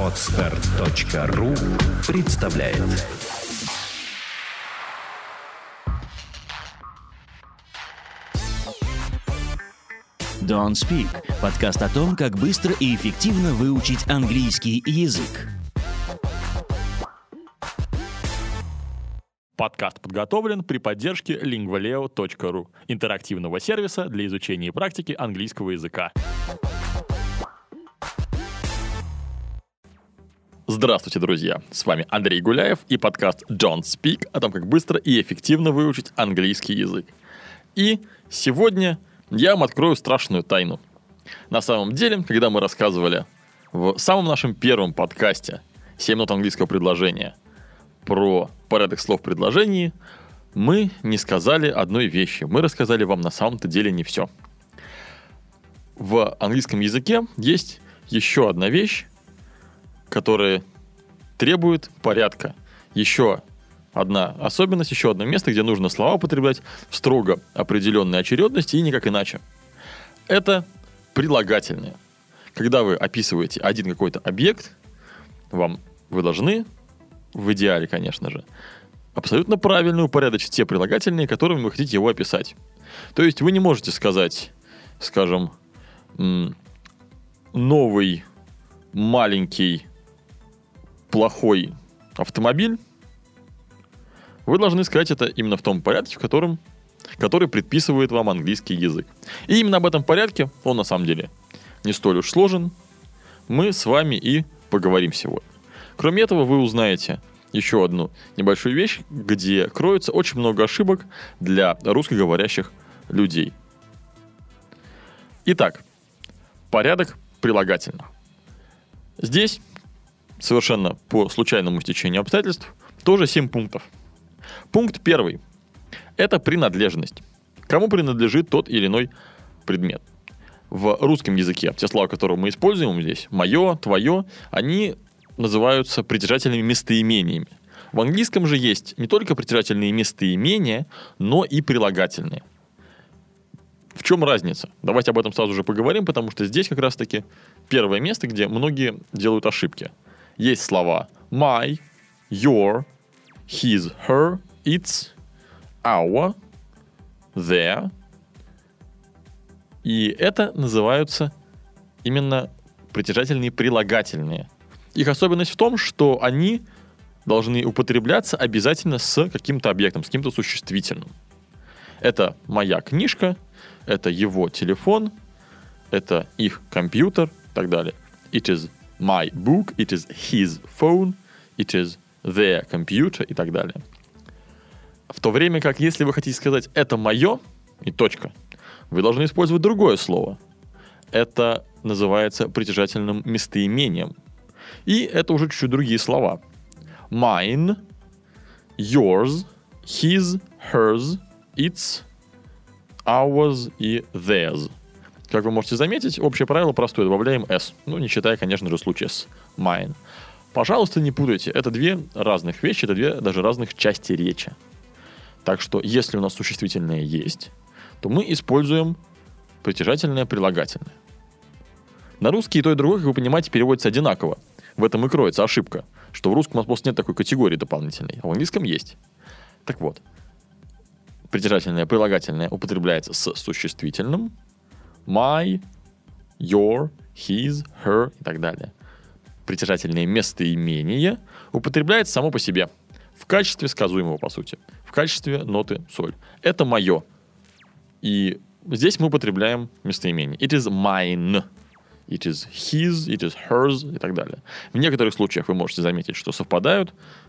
Podster.ru представляет. Don't Speak – подкаст о том, как быстро и эффективно выучить английский язык. Подкаст подготовлен при поддержке lingvaleo.ru, интерактивного сервиса для изучения и практики английского языка. Здравствуйте, друзья! С вами Андрей Гуляев и подкаст Don't Speak о том, как быстро и эффективно выучить английский язык. И сегодня я вам открою страшную тайну. На самом деле, когда мы рассказывали в самом нашем первом подкасте «7 минут английского предложения» про порядок слов в предложении, мы не сказали одной вещи. Мы рассказали вам на самом-то деле не все. В английском языке есть еще одна вещь, которая требует порядка. Еще одна особенность, еще одно место, где нужно слова употреблять в строго определенной очередности и никак иначе. Это прилагательные. Когда вы описываете один какой-то объект, вы должны, в идеале, конечно же, абсолютно правильно упорядочить те прилагательные, которыми вы хотите его описать. То есть вы не можете сказать, скажем, новый, маленький, плохой автомобиль. Вы должны сказать это именно в том порядке, который предписывает вам английский язык. И именно об этом порядке, он на самом деле не столь уж сложен, мы с вами и поговорим сегодня. Кроме этого, вы узнаете еще одну небольшую вещь, где кроется очень много ошибок для русскоговорящих людей. Итак, порядок прилагательных. Здесь, совершенно по случайному стечению обстоятельств, тоже 7 пунктов. Пункт 1. Это принадлежность. Кому принадлежит тот или иной предмет? В русском языке те слова, которые мы используем здесь, мое, твое, они называются притяжательными местоимениями. В английском же есть не только притяжательные местоимения, но и прилагательные. В чем разница? Давайте об этом сразу же поговорим, потому что здесь как раз-таки первое место, где многие делают ошибки. Есть слова my, your, his, her, its, our, their. И это называются именно притяжательные прилагательные. Их особенность в том, что они должны употребляться обязательно с каким-то объектом, с каким-то существительным. Это моя книжка, это его телефон, это их компьютер и так далее. It is my book, it is his phone, it is their computer и так далее. В то время как, если вы хотите сказать «это мое» и точка, вы должны использовать другое слово. Это называется притяжательным местоимением. И это уже чуть-чуть другие слова. Mine, yours, his, hers, its, ours и theirs. Как вы можете заметить, общее правило простое. Добавляем s. Не считая, конечно же, случая с mine. Пожалуйста, не путайте. Это две разных вещи, это две даже разных части речи. Так что, если у нас существительное есть, то мы используем притяжательное прилагательное. На русский и то, и другое, как вы понимаете, переводится одинаково. В этом и кроется ошибка, что в русском у нас просто нет такой категории дополнительной, а в английском есть. Так вот, притяжательное прилагательное употребляется с существительным my, your, his, her и так далее. Притяжательное местоимение употребляется само по себе в качестве сказуемого, по сути, в качестве ноты соль. Это мое. И здесь мы употребляем местоимение. It is mine. It is his, it is hers и так далее. В некоторых случаях вы можете заметить, что совпадают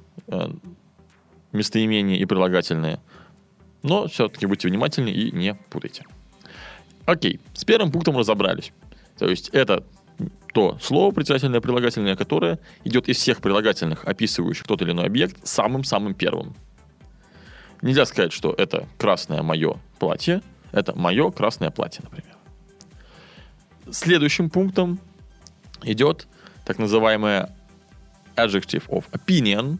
местоимения и прилагательные. Но все-таки будьте внимательны и не путайте. Окей, с первым пунктом разобрались. То есть это то слово, притяжательное прилагательное, которое идет из всех прилагательных, описывающих тот или иной объект, самым-самым первым. Нельзя сказать, что это красное мое платье, это мое красное платье, например. Следующим пунктом идет так называемое adjective of opinion,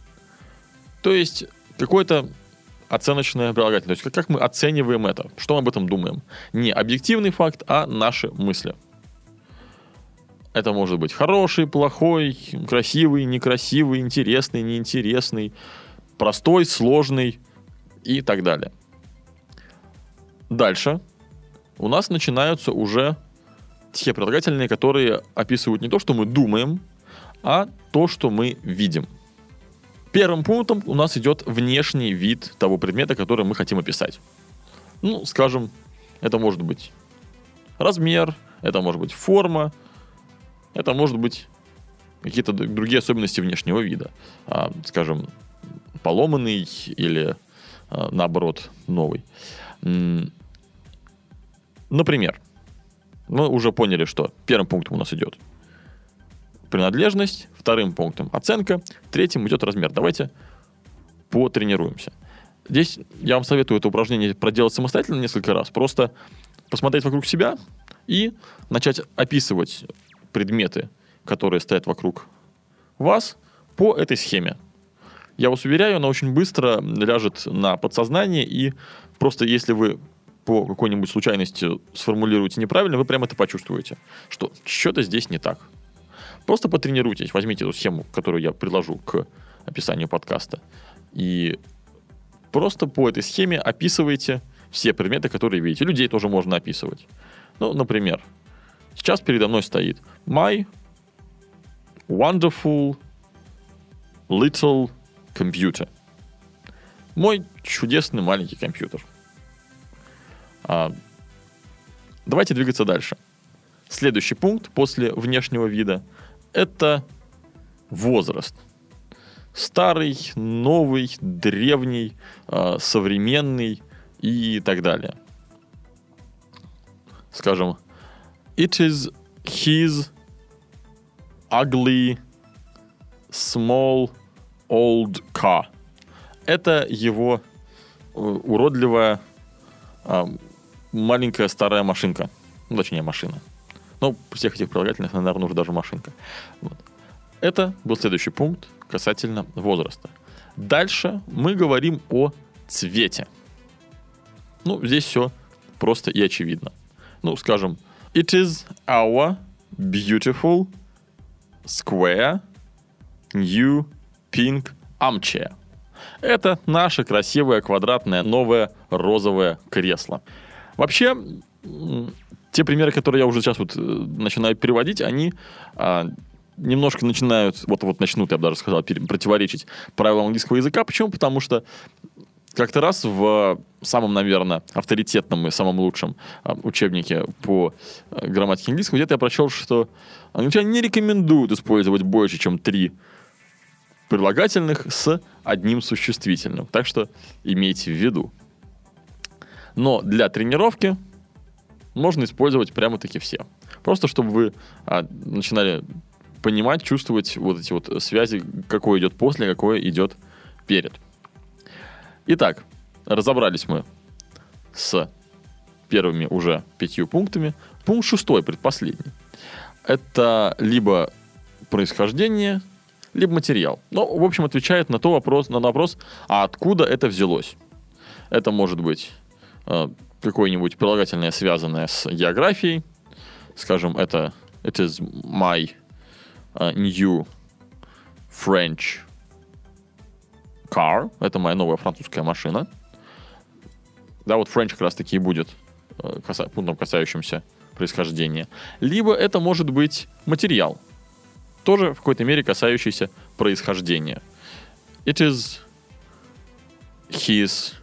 то есть какое-то оценочное прилагательное. То есть как мы оцениваем это, что мы об этом думаем. Не объективный факт, а наши мысли. Это может быть хороший, плохой, красивый, некрасивый, интересный, неинтересный, простой, сложный и так далее. Дальше у нас начинаются уже те прилагательные, которые описывают не то, что мы думаем, а то, что мы видим. Первым пунктом у нас идет внешний вид того предмета, который мы хотим описать. Ну, скажем, это может быть размер, это может быть форма, это может быть какие-то другие особенности внешнего вида. Скажем, поломанный или, наоборот, новый. Например, мы уже поняли, что первым пунктом у нас идет принадлежность, вторым пунктом оценка, третьим идет размер. Давайте потренируемся. Здесь я вам советую это упражнение проделать самостоятельно несколько раз. Просто посмотреть вокруг себя и начать описывать предметы, которые стоят вокруг вас, по этой схеме. Я вас уверяю, она очень быстро ляжет на подсознание, и просто если вы по какой-нибудь случайности сформулируете неправильно, вы прямо это почувствуете, что что-то здесь не так. Просто потренируйтесь, возьмите эту схему, которую я предложу к описанию подкаста, и просто по этой схеме описывайте все предметы, которые видите. Людей тоже можно описывать. Ну, например, сейчас передо мной стоит my wonderful little computer. Мой чудесный маленький компьютер. Давайте двигаться дальше. Следующий пункт после внешнего вида – это возраст. Старый, новый, древний, современный и так далее. Скажем, it is his ugly, small, old car. Это его уродливая маленькая старая машинка. Ну, точнее, машина. Но при всех этих прилагательных, наверное, уже даже машинка. Вот. Это был следующий пункт касательно возраста. Дальше мы говорим о цвете. Ну, здесь все просто и очевидно. Ну, скажем, it is our beautiful square new pink armchair. Это наше красивое, квадратное, новое розовое кресло. Вообще, те примеры, которые я уже сейчас вот начинаю переводить, они немножко начинают, вот начнут, я бы даже сказал, противоречить правилам английского языка. Почему? Потому что как-то раз в самом, наверное, авторитетном и самом лучшем учебнике по грамматике английского где-то я прочел, что англичане не рекомендуют использовать больше, чем 3 прилагательных с одним существительным. Так что имейте в виду. Но для тренировки можно использовать прямо-таки все. Просто чтобы вы начинали понимать, чувствовать вот эти вот связи, какое идет после, какое идет перед. Итак, разобрались мы с первыми уже 5 пунктами. Пункт 6, предпоследний. Это либо происхождение, либо материал. Ну, в общем, отвечает на вопрос, а откуда это взялось. Это может быть какое-нибудь прилагательное, связанное с географией. Скажем, it is my new French car. Это моя новая французская машина. Да, вот French как раз-таки и будет пунктом, касающимся происхождения. Либо это может быть материал, тоже в какой-то мере касающийся происхождения. It is his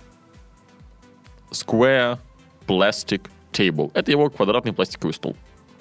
square plastic table. Это его квадратный пластиковый стол.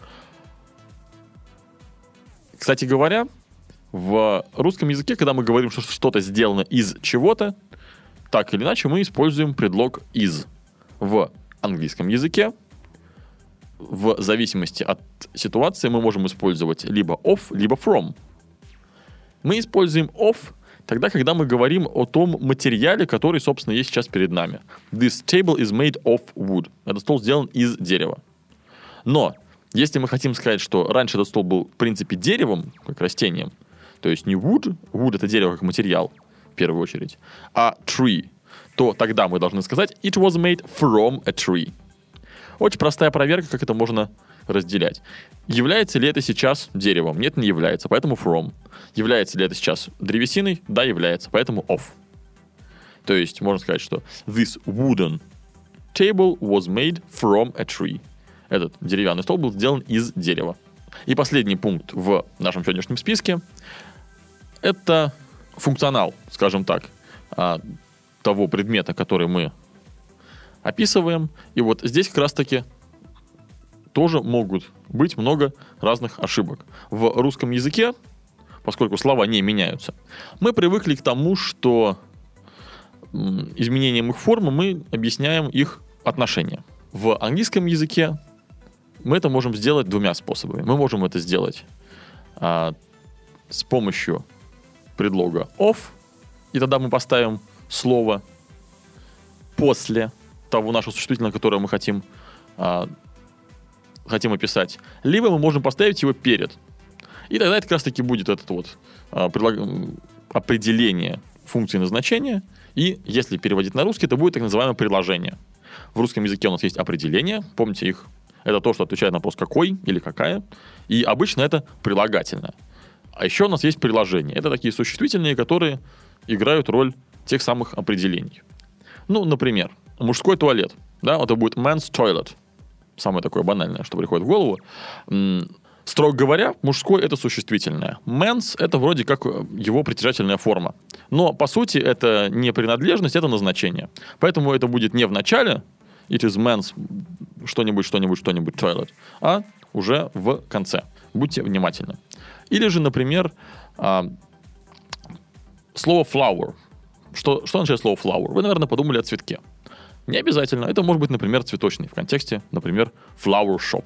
Кстати говоря, в русском языке, когда мы говорим, что что-то сделано из чего-то, так или иначе мы используем предлог is. В английском языке, в зависимости от ситуации, мы можем использовать либо of, либо from. Мы используем of тогда, когда мы говорим о том материале, который, собственно, есть сейчас перед нами. This table is made of wood. Этот стол сделан из дерева. Но если мы хотим сказать, что раньше этот стол был, в принципе, деревом, как растением, то есть не wood, wood — это дерево как материал, в первую очередь, а tree, то тогда мы должны сказать it was made from a tree. Очень простая проверка, как это можно разделять. Является ли это сейчас деревом? Нет, не является, поэтому from. Является ли это сейчас древесиной? Да, является, поэтому of. То есть можно сказать, что this wooden table was made from a tree. Этот деревянный стол был сделан из дерева. И последний пункт в нашем сегодняшнем списке – это функционал, скажем так, того предмета, который мы описываем. И вот здесь как раз-таки тоже могут быть много разных ошибок. В русском языке, поскольку слова не меняются, мы привыкли к тому, что изменением их формы мы объясняем их отношения. В английском языке мы это можем сделать двумя способами. Мы можем это сделать с помощью предлога of, и тогда мы поставим слово после того нашего существительного, которое мы хотим описать. Либо мы можем поставить его перед. И тогда это как раз таки будет это вот определение функции назначения. И если переводить на русский, это будет так называемое приложение. В русском языке у нас есть определение. Помните их? Это то, что отвечает на вопрос «какой» или «какая». И обычно это прилагательное. А еще у нас есть приложения. Это такие существительные, которые играют роль тех самых определений. Ну, например, мужской туалет. Да, это будет men's toilet. Самое такое банальное, что приходит в голову. Строго говоря, мужской — это существительное. Men's — это вроде как его притяжательная форма. Но, по сути, это не принадлежность, это назначение. Поэтому это будет не в начале it is men's что-нибудь toilet, а уже в конце. Будьте внимательны. Или же, например, слово flower. Что означает слово flower? Вы, наверное, подумали о цветке. Не обязательно. Это может быть, например, цветочный. В контексте, например, flower shop.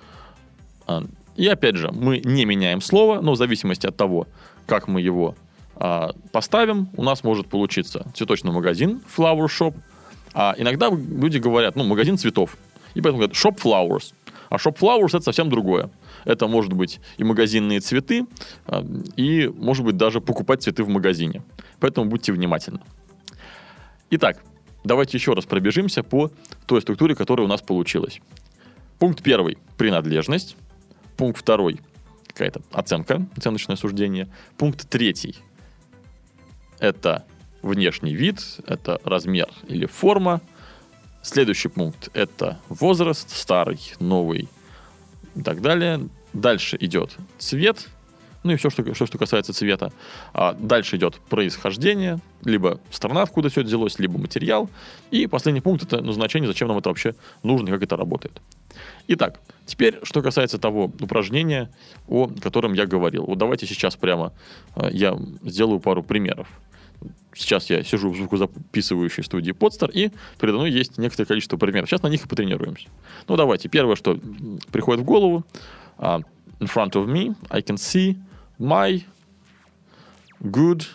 И опять же, мы не меняем слово, но в зависимости от того, как мы его поставим, у нас может получиться цветочный магазин flower shop. А иногда люди говорят, магазин цветов. И поэтому говорят shop flowers. А shop flowers — это совсем другое. Это может быть и магазинные цветы, и, может быть, даже покупать цветы в магазине. Поэтому будьте внимательны. Итак, давайте еще раз пробежимся по той структуре, которая у нас получилась. Пункт 1 – принадлежность. Пункт 2 – какая-то оценка, оценочное суждение. Пункт 3 – это внешний вид, это размер или форма. Следующий пункт – это возраст, старый, новый и так далее. Дальше идет цвет, и все, что касается цвета. Дальше идет происхождение, либо страна, откуда все это взялось, либо материал. И последний пункт – это назначение, зачем нам это вообще нужно и как это работает. Итак, теперь, что касается того упражнения, о котором я говорил. Вот давайте сейчас прямо я сделаю пару примеров. Сейчас я сижу в звукозаписывающей студии Podster, и передо мной есть некоторое количество примеров. Сейчас на них и потренируемся. Давайте. Первое, что приходит в голову. In front of me, I can see my good,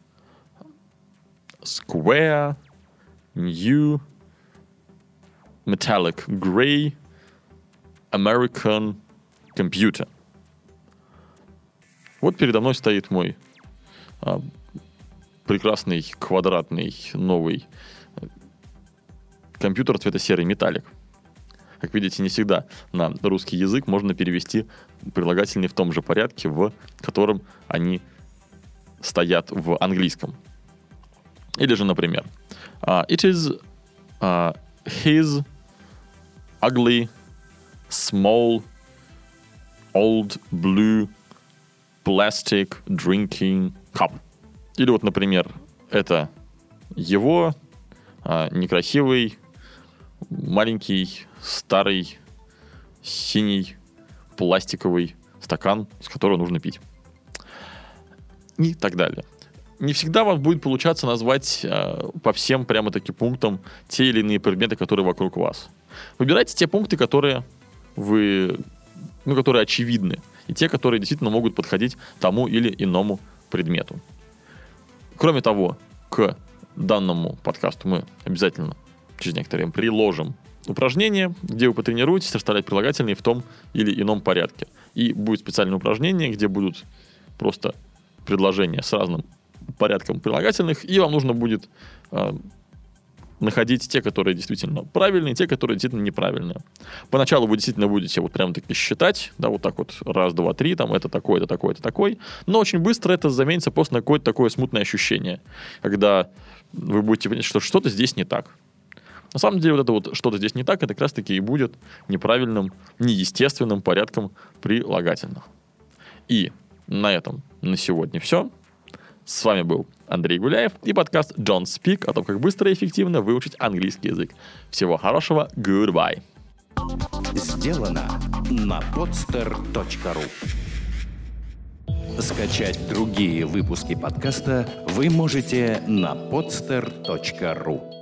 square, new, metallic gray American computer. Вот передо мной стоит мой прекрасный квадратный новый компьютер цвета серый металлик. Как видите, не всегда на русский язык можно перевести прилагательные в том же порядке, в котором они стоят в английском. Или же, например, it is his ugly, small, old blue plastic drinking cup. Или вот, например, это его некрасивый, маленький, старый, синий, пластиковый стакан, из которого нужно пить. И так далее. Не всегда вам будет получаться назвать по всем прямо-таки пунктам те или иные предметы, которые вокруг вас. Выбирайте те пункты, которые которые очевидны, и те, которые действительно могут подходить тому или иному предмету. Кроме того, к данному подкасту мы обязательно через некоторое время приложим упражнение, где вы потренируетесь расставлять прилагательные в том или ином порядке. И будет специальное упражнение, где будут просто предложения с разным порядком прилагательных, и вам нужно будет находить те, которые действительно правильные, те, которые действительно неправильные. Поначалу вы действительно будете вот прям таки считать, да, вот так вот, 1, 2, 3, там, это такой, это такой, это такой, но очень быстро это заменится просто на какое-то такое смутное ощущение, когда вы будете понять, что что-то здесь не так. На самом деле, вот это вот что-то здесь не так, это как раз-таки и будет неправильным, неестественным порядком прилагательных. И на этом на сегодня все. С вами был Андрей Гуляев и подкаст Don't Speak о том, как быстро и эффективно выучить английский язык. Всего хорошего. Goodbye. Сделано на podster.ru. Скачать другие выпуски подкаста вы можете на podster.ru.